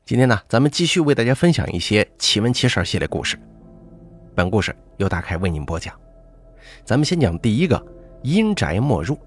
今天呢，咱们继续为大家分享一些奇闻奇事系列故事。本故事由大凯为您播讲。咱们先讲第一个，阴宅莫入。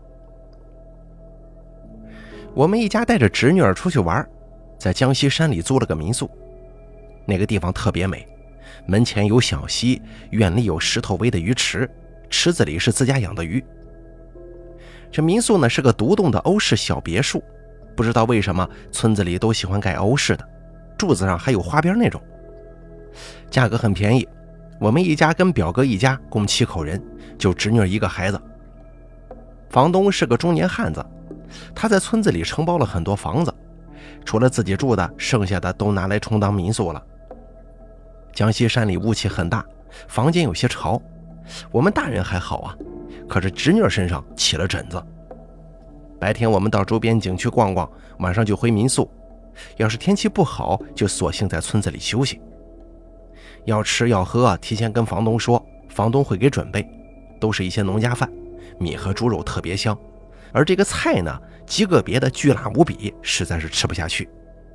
我们一家带着侄女儿出去玩，在江西山里租了个民宿。那个地方特别美，门前有小溪，院里有石头围的鱼池，池子里是自家养的鱼。这民宿呢是个独栋的欧式小别墅，不知道为什么村子里都喜欢盖欧式的，柱子上还有花边那种。价格很便宜，我们一家跟表哥一家共7口人，就侄女儿一个孩子。房东是个中年汉子，他在村子里承包了很多房子，除了自己住的，剩下的都拿来充当民宿了。江西山里雾气很大，房间有些潮，我们大人还好啊，可是侄女儿身上起了疹子。白天我们到周边景区逛逛，晚上就回民宿，要是天气不好就索性在村子里休息。要吃要喝提前跟房东说，房东会给准备，都是一些农家饭，米和猪肉特别香，而这个菜呢极个别的巨辣无比，实在是吃不下去。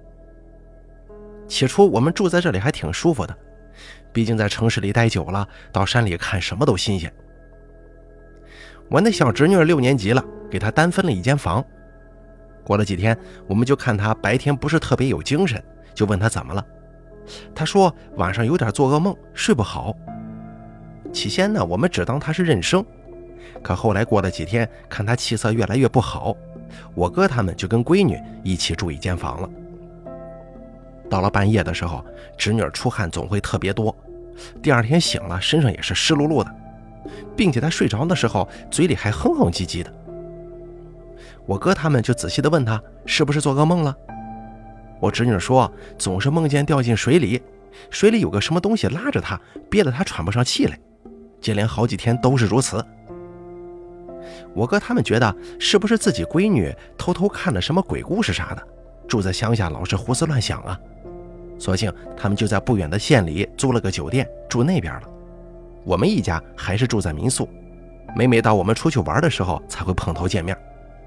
起初我们住在这里还挺舒服的，毕竟在城市里待久了，到山里看什么都新鲜。我那小侄女6年级了，给她单分了一间房。过了几天，我们就看她白天不是特别有精神，就问她怎么了。她说晚上有点做噩梦，睡不好。起先呢，我们只当她是认生，可后来过了几天，看她气色越来越不好，我哥他们就跟闺女一起住一间房了。到了半夜的时候，侄女出汗总会特别多，第二天醒了身上也是湿漉漉的，并且她睡着的时候嘴里还哼哼唧唧的。我哥他们就仔细地问她是不是做噩梦了。我侄女说总是梦见掉进水里，水里有个什么东西拉着她，憋得她喘不上气来，接连好几天都是如此。我哥他们觉得是不是自己闺女偷偷看了什么鬼故事啥的，住在乡下老是胡思乱想啊，索性他们就在不远的县里租了个酒店住那边了。我们一家还是住在民宿，每到我们出去玩的时候才会碰头见面。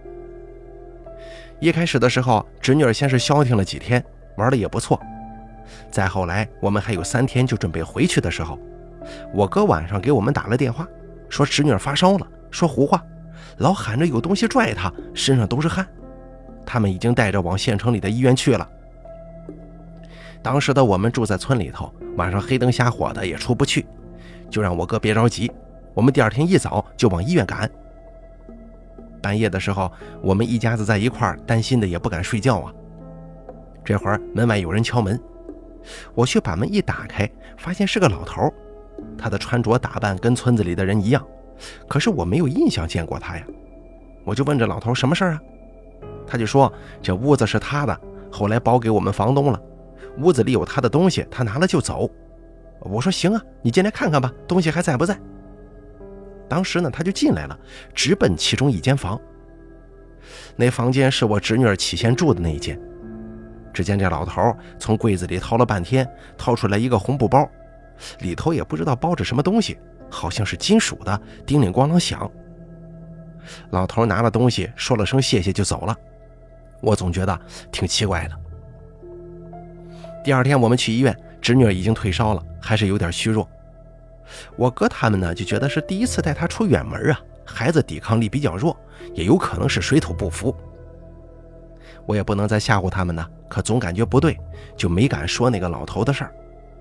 一开始的时候，侄女先是消停了几天，玩的也不错。再后来我们还有3天就准备回去的时候，我哥晚上给我们打了电话，说侄女发烧了，说胡话，老喊着有东西拽她，身上都是汗，他们已经带着往县城里的医院去了。当时的我们住在村里头，晚上黑灯瞎火的也出不去，就让我哥别着急，我们第二天一早就往医院赶。半夜的时候，我们一家子在一块儿，担心的也不敢睡觉啊。这会儿门外有人敲门，我去把门一打开，发现是个老头，他的穿着打扮跟村子里的人一样，可是我没有印象见过他呀。我就问这老头什么事啊？他就说这屋子是他的，后来包给我们房东了，屋子里有他的东西，他拿了就走。我说行啊，你进来看看吧，东西还在不在？当时呢，他就进来了，直奔其中一间房。那房间是我侄女起先住的那一间。只见这老头从柜子里掏了半天，掏出来一个红布包，里头也不知道包着什么东西，好像是金属的，叮铃咣啷响。老头拿了东西，说了声谢谢就走了。我总觉得挺奇怪的。第二天我们去医院，侄女已经退烧了，还是有点虚弱。我哥他们呢就觉得是第一次带她出远门啊，孩子抵抗力比较弱，也有可能是水土不服。我也不能再吓唬他们呢，可总感觉不对，就没敢说那个老头的事儿。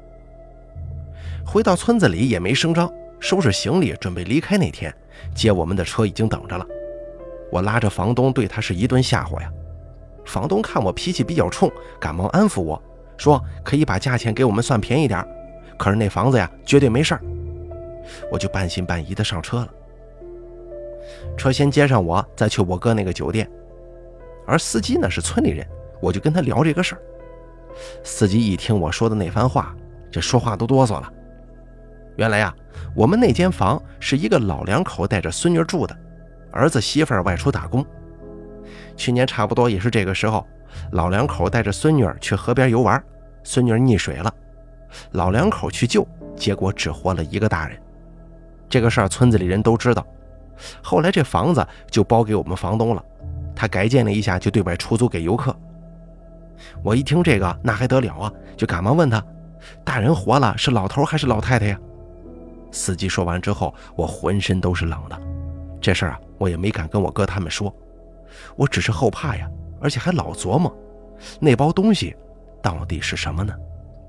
回到村子里也没声张，收拾行李准备离开那天，接我们的车已经等着了。我拉着房东对他是一顿吓唬呀。房东看我脾气比较冲，赶忙安抚我说可以把价钱给我们算便宜点，可是那房子呀绝对没事儿。我就半信半疑的上车了。车先接上我，再去我哥那个酒店，而司机呢是村里人，我就跟他聊这个事儿。司机一听我说的那番话，这说话都哆嗦了。原来呀，我们那间房是一个老两口带着孙女住的，儿子媳妇外出打工。去年差不多也是这个时候，老两口带着孙女去河边游玩，孙女溺水了，老两口去救，结果只活了一个大人。这个事儿村子里人都知道，后来这房子就包给我们房东了，他改建了一下就对外出租给游客。 我一听这个那还得了啊，就赶忙问他，大人活了是老头还是老太太呀？司机说完之后，我浑身都是冷的。这事儿啊，我也没敢跟我哥他们说，我只是后怕呀，而且还老琢磨那包东西到底是什么呢？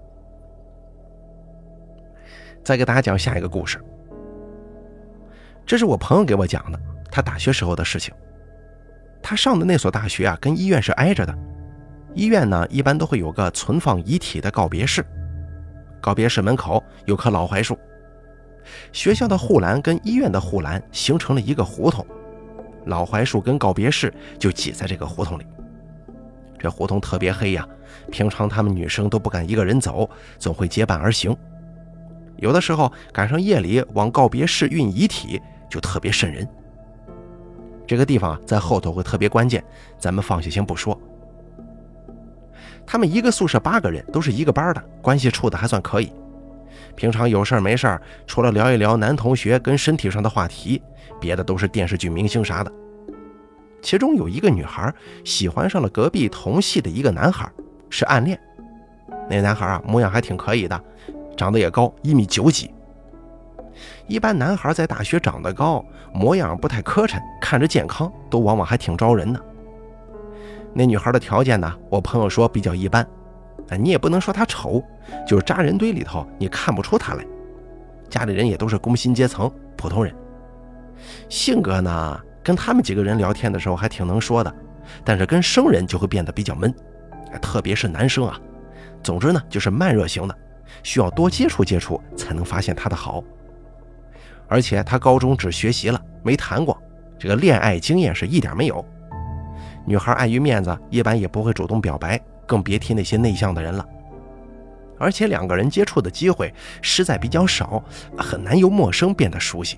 再给大家讲下一个故事。这是我朋友给我讲的，他大学时候的事情。他上的那所大学啊，跟医院是挨着的。医院呢，一般都会有个存放遗体的告别室，告别室门口有棵老槐树。学校的护栏跟医院的护栏形成了一个胡同，老槐树跟告别室就挤在这个胡同里。这胡同特别黑呀，平常他们女生都不敢一个人走，总会结伴而行。有的时候赶上夜里往告别室运遗体，就特别瘆人。这个地方啊，在后头会特别关键，咱们放下先不说。他们一个宿舍8个人，都是一个班的，关系处的还算可以。平常有事没事，除了聊一聊男同学跟身体上的话题，别的都是电视剧明星啥的。其中有一个女孩喜欢上了隔壁同系的一个男孩，是暗恋。那男孩啊，模样还挺可以的，长得也高，1.9米几。一般男孩在大学长得高，模样不太磕碜，看着健康，都往往还挺招人的。那女孩的条件呢，我朋友说比较一般，你也不能说她丑，就是渣人堆里头你看不出她来。家里人也都是工薪阶层，普通人。性格呢，跟他们几个人聊天的时候还挺能说的，但是跟生人就会变得比较闷，特别是男生啊。总之呢，就是慢热型的，需要多接触接触才能发现他的好。而且他高中只学习了，没谈过，这个恋爱经验是一点没有。女孩碍于面子，一般也不会主动表白，更别提那些内向的人了。而且2个人接触的机会实在比较少，很难由陌生变得熟悉。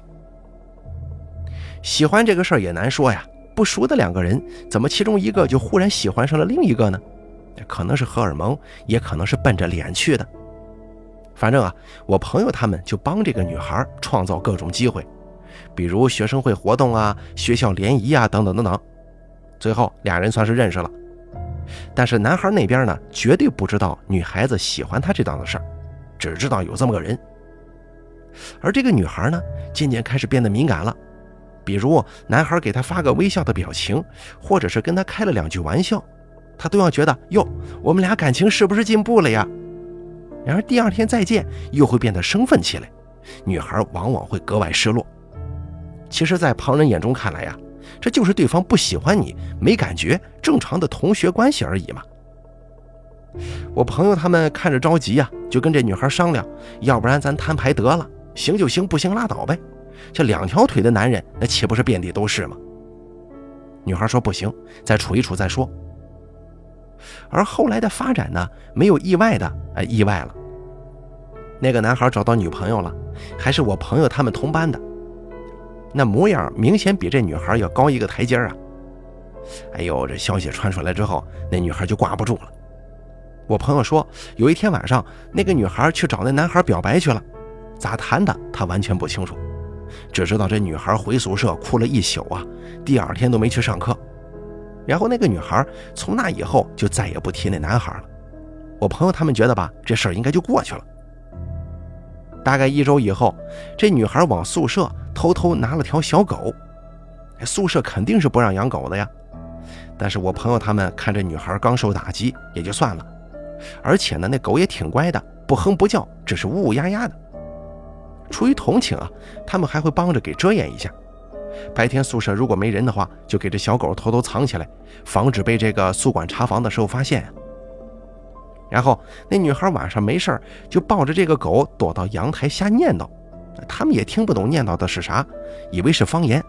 喜欢这个事儿也难说呀，不熟的2个人，怎么其中一个就忽然喜欢上了另一个呢？可能是荷尔蒙，也可能是奔着脸去的。反正啊，我朋友他们就帮这个女孩创造各种机会，比如学生会活动啊、学校联谊啊等等等等。最后俩人算是认识了，但是男孩那边呢，绝对不知道女孩子喜欢他这档子事儿，只知道有这么个人。而这个女孩呢，渐渐开始变得敏感了，比如男孩给她发个微笑的表情，或者是跟她开了2句玩笑，她都要觉得哟，我们俩感情是不是进步了呀？然而第2天再见，又会变得生分起来，女孩往往会格外失落。其实在旁人眼中看来呀，这就是对方不喜欢你，没感觉，正常的同学关系而已嘛。我朋友他们看着着急呀，就跟这女孩商量，要不然咱摊牌得了，行就行，不行拉倒呗。这2条腿的男人，那岂不是遍地都是吗？女孩说不行，再处一处再说。而后来的发展呢，没有意外的意外了。那个男孩找到女朋友了，还是我朋友他们同班的，那模样明显比这女孩要高一个台阶啊。哎呦，这消息传出来之后，那女孩就挂不住了。我朋友说，有一天晚上，那个女孩去找那男孩表白去了，咋谈的他完全不清楚，只知道这女孩回宿舍哭了1宿啊，第2天都没去上课。然后那个女孩从那以后就再也不提那男孩了。我朋友他们觉得吧，这事儿应该就过去了。大概1周以后，这女孩往宿舍偷偷拿了条小狗，宿舍肯定是不让养狗的呀。但是我朋友他们看这女孩刚受打击也就算了，而且呢，那狗也挺乖的，不哼不叫，只是呜呜呀呀的。出于同情啊，他们还会帮着给遮掩一下。白天宿舍如果没人的话，就给这小狗偷偷藏起来，防止被这个宿管查房的时候发现。然后那女孩晚上没事就抱着这个狗躲到阳台瞎念叨，他们也听不懂念叨的是啥，以为是方言。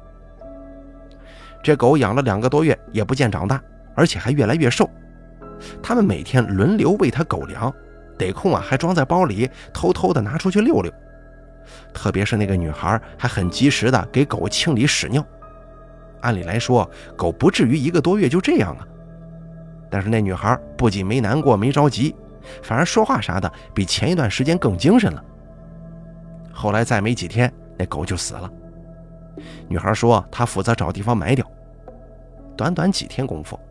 这狗养了2个多月也不见长大，而且还越来越瘦。他们每天轮流喂它狗粮，得空啊还装在包里，偷偷的拿出去溜溜。特别是那个女孩还很及时的给狗清理屎尿，按理来说狗不至于1个多月就这样啊。但是那女孩不仅没难过没着急，反而说话啥的比前一段时间更精神了。后来再没几天，那狗就死了。女孩说她负责找地方埋掉。短短几天功夫，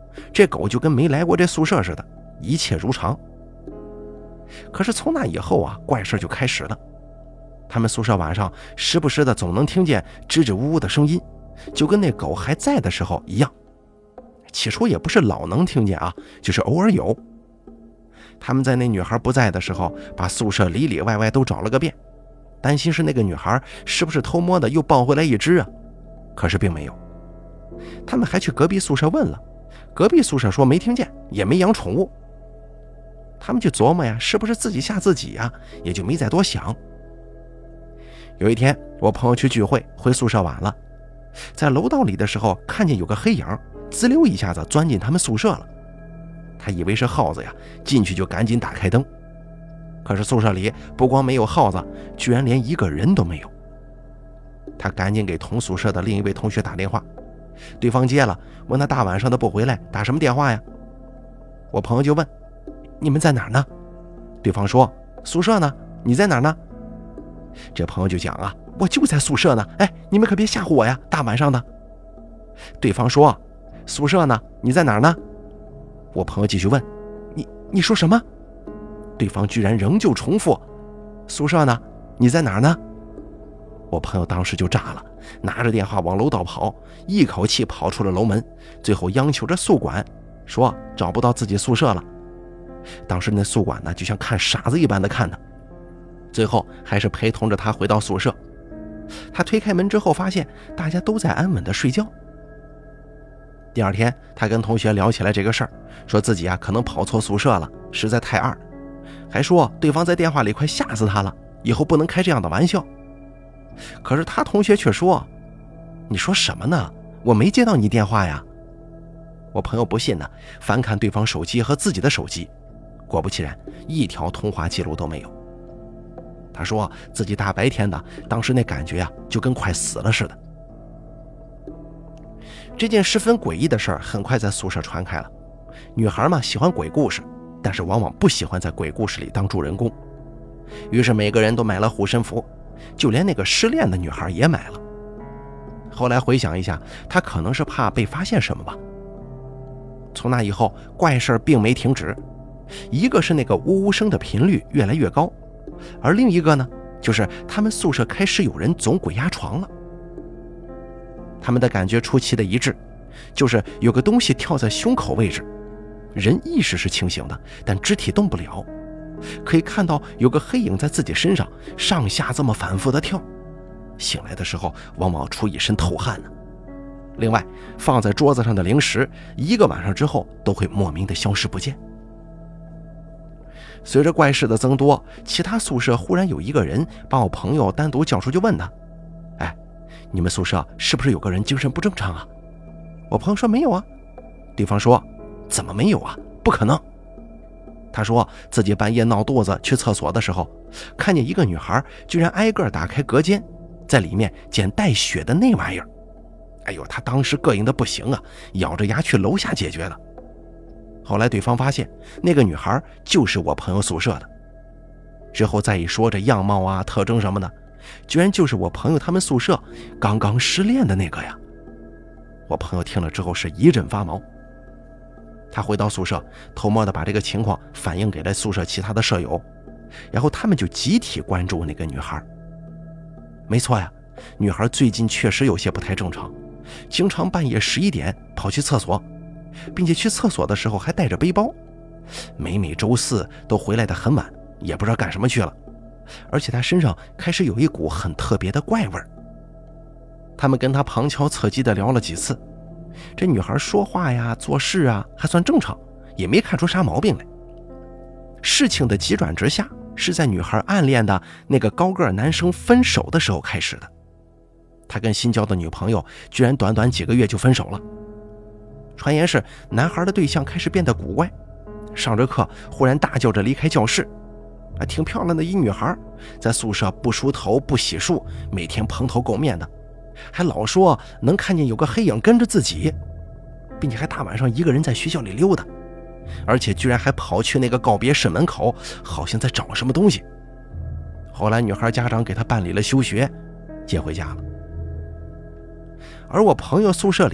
这狗就跟没来过这宿舍似的，一切如常。可是从那以后啊，怪事就开始了。他们宿舍晚上时不时的总能听见支支吾吾的声音，就跟那狗还在的时候一样。起初也不是老能听见啊，就是偶尔有。他们在那女孩不在的时候，把宿舍里里外外都找了个遍，担心是那个女孩是不是偷摸的又抱回来一只啊。可是并没有。他们还去隔壁宿舍问了，隔壁宿舍说没听见，也没养宠物。他们就琢磨呀，是不是自己吓自己呀，也就没再多想。有一天我朋友去聚会，回宿舍晚了，在楼道里的时候看见有个黑影滋溜一下子钻进他们宿舍了。他以为是耗子呀，进去就赶紧打开灯。可是宿舍里不光没有耗子，居然连一个人都没有。他赶紧给同宿舍的另一位同学打电话，对方接了，问他大晚上的不回来，打什么电话呀？我朋友就问，你们在哪儿呢？对方说，宿舍呢，你在哪儿呢？这朋友就讲啊，我就在宿舍呢，哎，你们可别吓唬我呀，大晚上的。对方说，宿舍呢，你在哪儿呢？我朋友继续问，你说什么？对方居然仍旧重复，宿舍呢，你在哪儿呢？我朋友当时就炸了，拿着电话往楼道跑，一口气跑出了楼门，最后央求着宿管，说找不到自己宿舍了。当时那宿管呢，就像看傻子一般的看他，最后还是陪同着他回到宿舍。他推开门之后，发现大家都在安稳的睡觉。第二天他跟同学聊起来这个事儿，说自己啊可能跑错宿舍了，实在太二，还说对方在电话里快吓死他了，以后不能开这样的玩笑。可是他同学却说，你说什么呢，我没接到你电话呀。我朋友不信呢，翻看对方手机和自己的手机，果不其然，一条通话记录都没有。他说自己大白天的，当时那感觉啊就跟快死了似的。这件十分诡异的事儿很快在宿舍传开了。女孩嘛喜欢鬼故事，但是往往不喜欢在鬼故事里当主人公。于是每个人都买了护身符，就连那个失恋的女孩也买了。后来回想一下，她可能是怕被发现什么吧。从那以后，怪事并没停止，一个是那个呜呜声的频率越来越高，而另一个呢，就是他们宿舍开始有人总鬼压床了。他们的感觉出奇的一致，就是有个东西跳在胸口位置，人意识是清醒的，但肢体动不了，可以看到有个黑影在自己身上上下这么反复的跳，醒来的时候往往出一身透汗呢。另外，放在桌子上的零食一个晚上之后都会莫名的消失不见。随着怪事的增多，其他宿舍忽然有一个人把我朋友单独叫出去问他，哎，你们宿舍是不是有个人精神不正常啊？我朋友说没有啊。对方说，怎么没有啊？不可能。他说自己半夜闹肚子去厕所的时候，看见一个女孩居然挨个打开隔间，在里面捡带血的那玩意儿。哎呦，他当时膈应的不行啊，咬着牙去楼下解决了。后来对方发现那个女孩就是我朋友宿舍的，之后再一说这样貌啊特征什么的，居然就是我朋友他们宿舍刚刚失恋的那个呀。我朋友听了之后是一阵发毛，他回到宿舍偷摸的把这个情况反映给了宿舍其他的舍友，然后他们就集体关注那个女孩。没错呀，女孩最近确实有些不太正常，经常半夜11点跑去厕所，并且去厕所的时候还带着背包，每周四都回来的很晚，也不知道干什么去了，而且她身上开始有一股很特别的怪味儿。他们跟她旁敲侧击的聊了几次，这女孩说话呀做事啊还算正常，也没看出啥毛病来。事情的急转直下是在女孩暗恋的那个高个男生分手的时候开始的。他跟新交的女朋友居然短短几个月就分手了。传言是男孩的对象开始变得古怪，上着课忽然大叫着离开教室，挺漂亮的一女孩，在宿舍不梳头不洗漱，每天蓬头垢面的，还老说能看见有个黑影跟着自己，并且还大晚上一个人在学校里溜达，而且居然还跑去那个告别室门口，好像在找什么东西。后来女孩家长给她办理了休学，接回家了。而我朋友宿舍里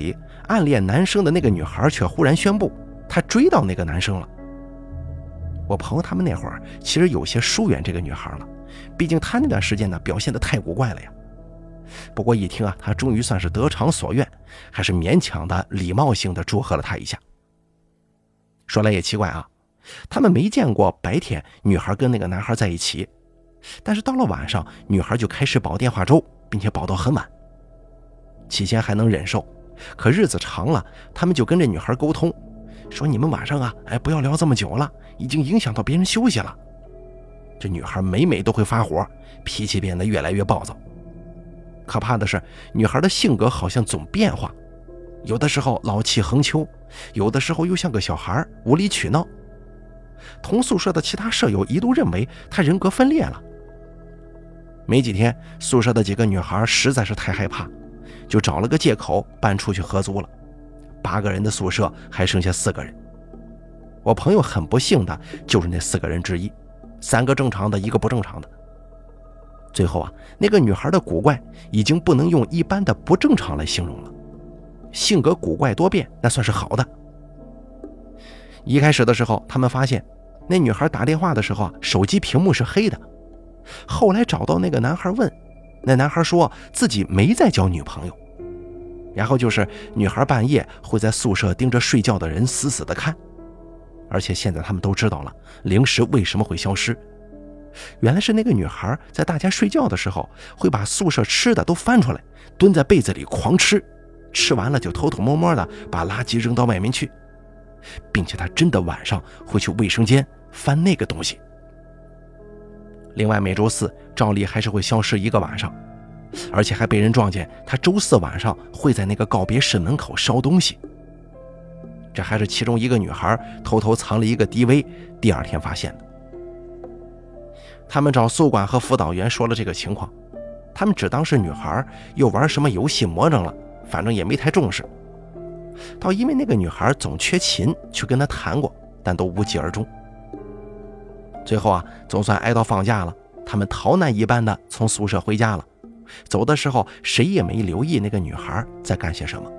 暗恋男生的那个女孩却忽然宣布她追到那个男生了。我朋友他们那会儿其实有些疏远这个女孩了，毕竟她那段时间呢表现得太古怪了呀。不过一听啊，她终于算是得偿所愿，还是勉强的礼貌性的祝贺了她一下。说来也奇怪啊，他们没见过白天女孩跟那个男孩在一起，但是到了晚上女孩就开始煲电话粥，并且煲到很晚。起先还能忍受，可日子长了，他们就跟这女孩沟通，说你们晚上啊，不要聊这么久了，已经影响到别人休息了。这女孩每每都会发火，脾气变得越来越暴躁。可怕的是，女孩的性格好像总变化，有的时候老气横秋，有的时候又像个小孩无理取闹。同宿舍的其他舍友一度认为她人格分裂了。没几天，宿舍的几个女孩实在是太害怕，就找了个借口搬出去合租了。8个人的宿舍还剩下4个人。我朋友很不幸的就是那4个人之一，3个正常的，1个不正常的。最后啊，那个女孩的古怪已经不能用一般的不正常来形容了，性格古怪多变，那算是好的。一开始的时候，他们发现那女孩打电话的时候啊，手机屏幕是黑的。后来找到那个男孩问，那男孩说自己没在交女朋友。然后就是女孩半夜会在宿舍盯着睡觉的人死死的看。而且现在他们都知道了零食为什么会消失，原来是那个女孩在大家睡觉的时候会把宿舍吃的都翻出来，蹲在被子里狂吃，吃完了就偷偷摸摸的把垃圾扔到外面去，并且她真的晚上会去卫生间翻那个东西。另外每周4照例还是会消失1个晚上，而且还被人撞见她周4晚上会在那个告别室门口烧东西。这还是其中一个女孩偷偷藏了一个 DV， 第2天发现的。他们找宿管和辅导员说了这个情况，他们只当是女孩又玩什么游戏魔怔了，反正也没太重视。倒因为那个女孩总缺勤，去跟她谈过，但都无疾而终。最后啊，总算挨到放假了，他们逃难一般的从宿舍回家了。走的时候谁也没留意那个女孩在干些什么。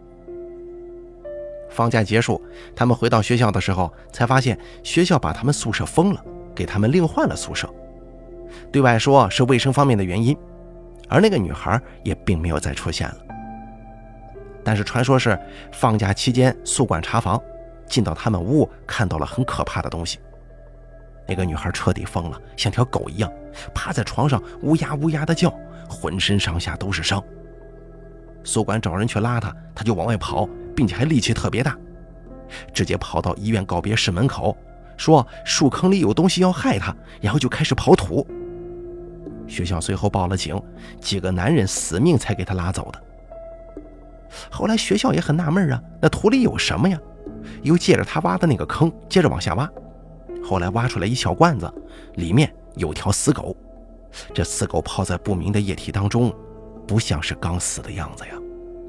放假结束，他们回到学校的时候才发现学校把他们宿舍封了，给他们另换了宿舍，对外说是卫生方面的原因，而那个女孩也并没有再出现了。但是传说是放假期间宿管查房，进到他们屋看到了很可怕的东西。那个女孩彻底疯了，像条狗一样趴在床上乌鸦乌鸦的叫，浑身上下都是伤。宿管找人去拉她，她就往外跑，并且还力气特别大，直接跑到医院告别室门口，说树坑里有东西要害她，然后就开始刨土。学校随后报了警，几个男人死命才给她拉走的。后来学校也很纳闷啊，那土里有什么呀？又借着她挖的那个坑接着往下挖，后来挖出来一小罐子，里面有条死狗，这死狗泡在不明的液体当中，不像是刚死的样子呀。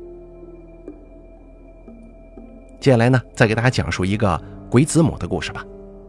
接下来呢，再给大家讲述一个鬼子母的故事吧。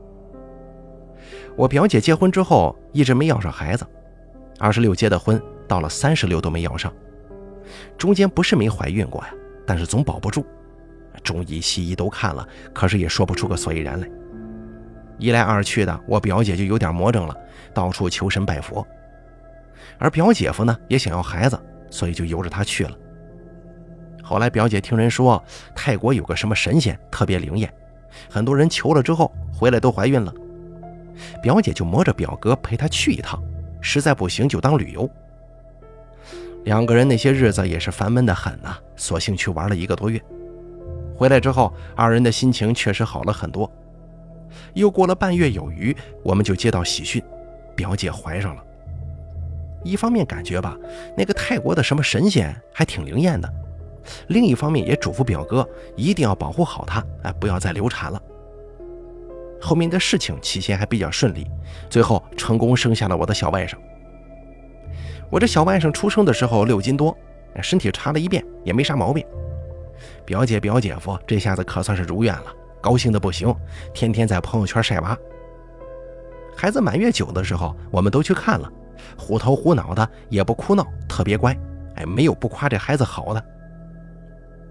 我表姐结婚之后一直没要上孩子，26结的婚，到了36都没要上。中间不是没怀孕过呀，但是总保不住，中医西医都看了，可是也说不出个所以然来。一来二去的，我表姐就有点魔怔了，到处求神拜佛。而表姐夫呢也想要孩子，所以就由着他去了。后来表姐听人说泰国有个什么神仙特别灵验，很多人求了之后回来都怀孕了。表姐就磨着表哥陪她去一趟，实在不行就当旅游。2个人那些日子也是烦闷的很啊，索性去玩了1个多月。回来之后2人的心情确实好了很多。又过了半月有余，我们就接到喜讯，表姐怀上了。一方面感觉吧，那个泰国的什么神仙还挺灵验的，另一方面也嘱咐表哥一定要保护好她，不要再流产了。后面的事情起先还比较顺利，最后成功生下了我的小外甥。我这小外甥出生的时候6斤多，身体查了一遍也没啥毛病。表姐表姐夫这下子可算是如愿了，高兴的不行，天天在朋友圈晒娃。孩子满月9的时候我们都去看了，虎头虎脑的，也不哭闹，特别乖，没有不夸这孩子好的。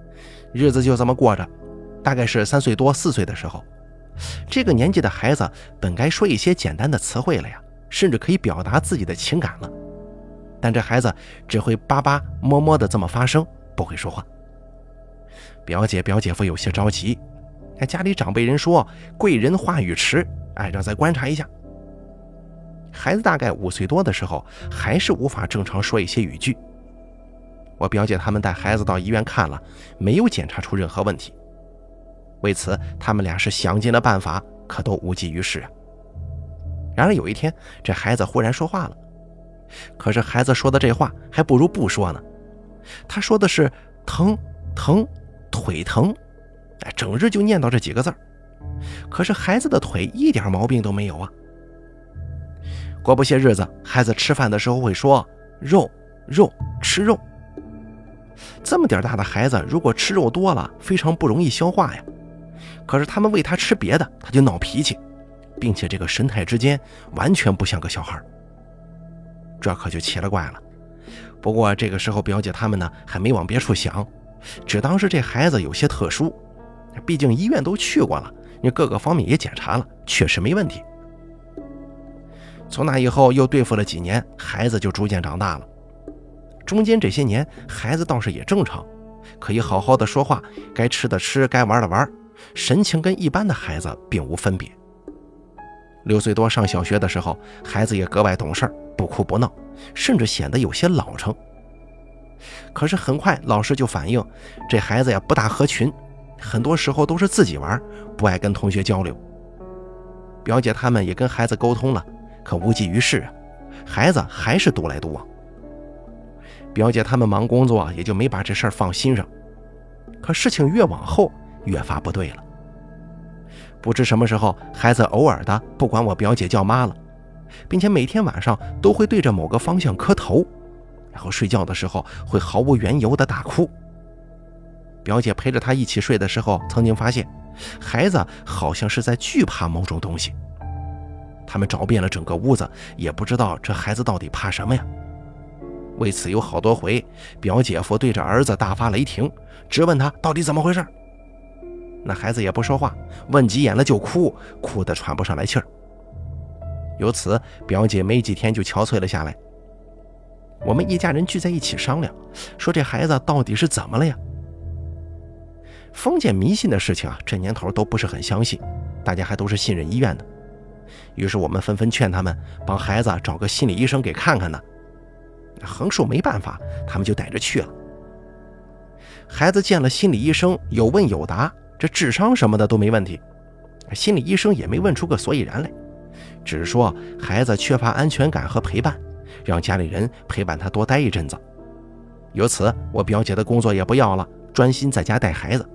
日子就这么过着。大概是3岁多4岁的时候，这个年纪的孩子本该说一些简单的词汇了呀，甚至可以表达自己的情感了，但这孩子只会叭叭摸摸的这么发声，不会说话。表姐表姐夫有些着急，家里长辈人说贵人话语迟，让再观察一下。孩子大概5岁多的时候，还是无法正常说一些语句。我表姐他们带孩子到医院看了，没有检查出任何问题。为此他们俩是想尽了办法，可都无济于事啊。然而有一天，这孩子忽然说话了，可是孩子说的这话还不如不说呢。他说的是疼疼腿疼，整日就念叨这几个字儿。可是孩子的腿一点毛病都没有啊。过不些日子，孩子吃饭的时候会说肉肉吃肉。这么点大的孩子，如果吃肉多了，非常不容易消化呀。可是他们喂他吃别的，他就闹脾气，并且这个神态之间完全不像个小孩。这可就奇了怪了。不过这个时候表姐他们呢还没往别处想，只当是这孩子有些特殊，毕竟医院都去过了，你各个方面也检查了，确实没问题。从那以后又对付了几年，孩子就逐渐长大了。中间这些年孩子倒是也正常，可以好好的说话，该吃的吃，该玩的玩，神情跟一般的孩子并无分别。6岁多上小学的时候，孩子也格外懂事，不哭不闹，甚至显得有些老成。可是很快老师就反映，这孩子呀不大合群，很多时候都是自己玩，不爱跟同学交流。表姐他们也跟孩子沟通了，可无济于事啊，孩子还是独来独往。表姐他们忙工作，也就没把这事儿放心上。可事情越往后越发不对了。不知什么时候，孩子偶尔的不管我表姐叫妈了，并且每天晚上都会对着某个方向磕头，然后睡觉的时候会毫无缘由的大哭。表姐陪着他一起睡的时候，曾经发现孩子好像是在惧怕某种东西。他们找遍了整个屋子，也不知道这孩子到底怕什么呀。为此有好多回，表姐夫对着儿子大发雷霆，质问他到底怎么回事。那孩子也不说话，问急眼了就哭，哭得喘不上来气儿。由此表姐没几天就憔悴了下来。我们一家人聚在一起商量，说这孩子到底是怎么了呀？封建迷信的事情啊，这年头都不是很相信，大家还都是信任医院的。于是我们纷纷劝他们帮孩子找个心理医生给看看呢。横竖没办法，他们就带着去了。孩子见了心理医生，有问有答，这智商什么的都没问题。心理医生也没问出个所以然来，只是说孩子缺乏安全感和陪伴，让家里人陪伴他多待一阵子。由此我表姐的工作也不要了，专心在家带孩子。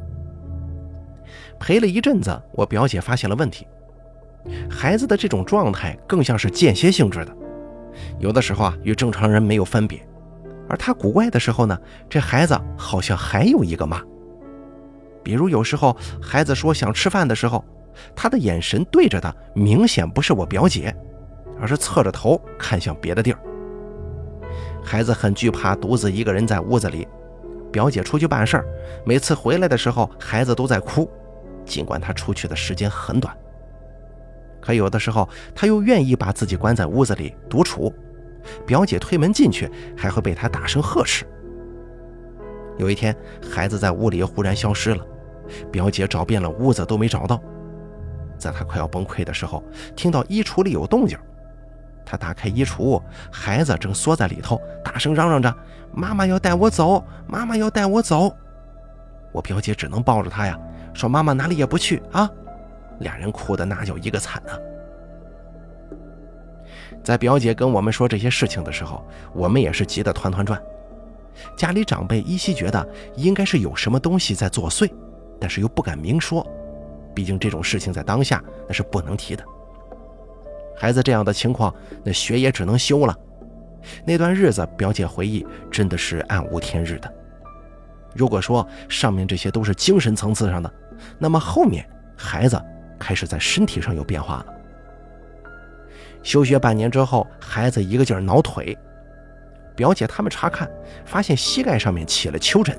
陪了一阵子，我表姐发现了问题，孩子的这种状态更像是间歇性质的，有的时候与正常人没有分别。而他古怪的时候呢，这孩子好像还有一个妈。比如有时候孩子说想吃饭的时候，他的眼神对着的明显不是我表姐，而是侧着头看向别的地儿。孩子很惧怕独自一个人在屋子里，表姐出去办事儿，每次回来的时候孩子都在哭，尽管他出去的时间很短。可有的时候他又愿意把自己关在屋子里独处，表姐推门进去还会被他大声呵斥。有一天孩子在屋里忽然消失了，表姐找遍了屋子都没找到。在他快要崩溃的时候，听到衣橱里有动静，他打开衣橱，孩子正缩在里头，大声嚷嚷着妈妈要带我走，妈妈要带我走。我表姐只能抱着他呀，说妈妈哪里也不去啊。俩人哭的那叫一个惨啊。在表姐跟我们说这些事情的时候，我们也是急得团团转。家里长辈依稀觉得应该是有什么东西在作祟，但是又不敢明说，毕竟这种事情在当下那是不能提的。孩子这样的情况，那学也只能休了。那段日子表姐回忆真的是暗无天日的。如果说上面这些都是精神层次上的，那么后面孩子开始在身体上有变化了。休学半年之后，孩子一个劲儿挠腿，表姐他们查看发现膝盖上面起了丘疹，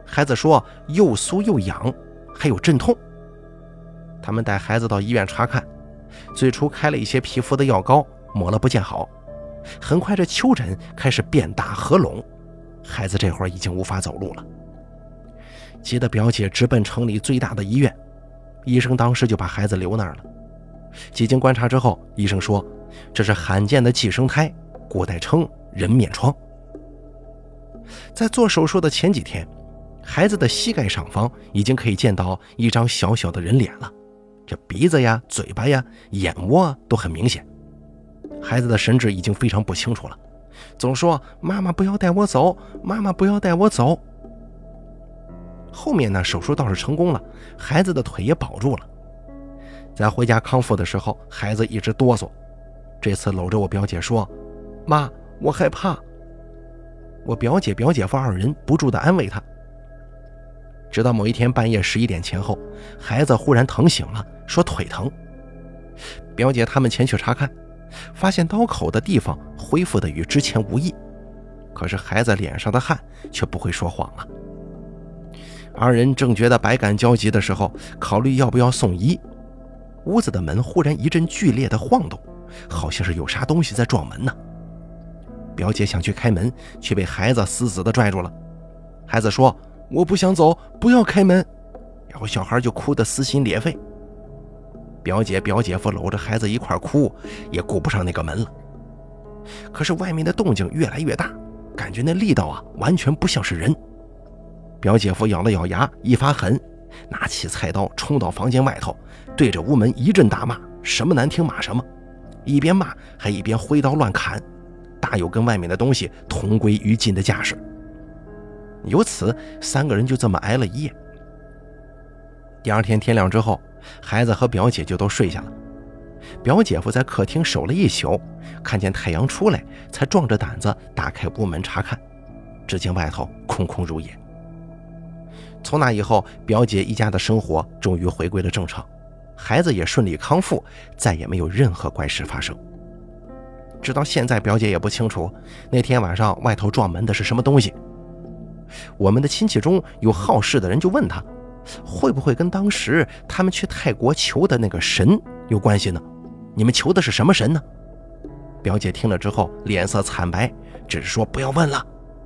孩子说又酥又痒，还有阵痛。他们带孩子到医院查看，最初开了一些皮肤的药膏，抹了不见好。很快这丘疹开始变大合拢，孩子这会儿已经无法走路了。急得表姐直奔城里最大的医院，医生当时就把孩子留那儿了。几经观察之后，医生说这是罕见的寄生胎，古代称人面疮。在做手术的前几天，孩子的膝盖上方已经可以见到一张小小的人脸了，这鼻子呀、嘴巴呀、眼窝啊都很明显。孩子的神志已经非常不清楚了，总说妈妈不要带我走，妈妈不要带我走。后面呢，手术倒是成功了，孩子的腿也保住了。在回家康复的时候，孩子一直哆嗦，这次搂着我表姐说，妈，我害怕。我表姐表姐夫二人不住地安慰他。直到某一天半夜11点前后，孩子忽然疼醒了，说腿疼。表姐他们前去查看，发现刀口的地方恢复得与之前无异，可是孩子脸上的汗却不会说谎了。二人正觉得百感交集的时候，考虑要不要送医。屋子的门忽然一阵剧烈的晃动，好像是有啥东西在撞门呢。表姐想去开门，却被孩子死死地拽住了。孩子说，我不想走，不要开门。然后小孩就哭得撕心裂肺。表姐表姐夫搂着孩子一块哭，也顾不上那个门了。可是外面的动静越来越大，感觉那力道啊完全不像是人。表姐夫咬了咬牙，一发狠，拿起菜刀冲到房间外头，对着屋门一阵大骂，什么难听骂什么，一边骂还一边挥刀乱砍，大有跟外面的东西同归于尽的架势。由此三个人就这么挨了一夜。第二天天亮之后，孩子和表姐就都睡下了。表姐夫在客厅守了一宿，看见太阳出来，才壮着胆子打开屋门查看，只见外头空空如也。从那以后，表姐一家的生活终于回归了正常，孩子也顺利康复，再也没有任何怪事发生。直到现在，表姐也不清楚那天晚上外头撞门的是什么东西。我们的亲戚中有好事的人就问他，会不会跟当时他们去泰国求的那个神有关系呢？你们求的是什么神呢？表姐听了之后脸色惨白，只是说不要问了。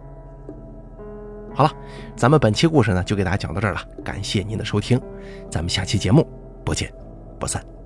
好了，咱们本期故事呢就给大家讲到这儿了，感谢您的收听，咱们下期节目不见不散。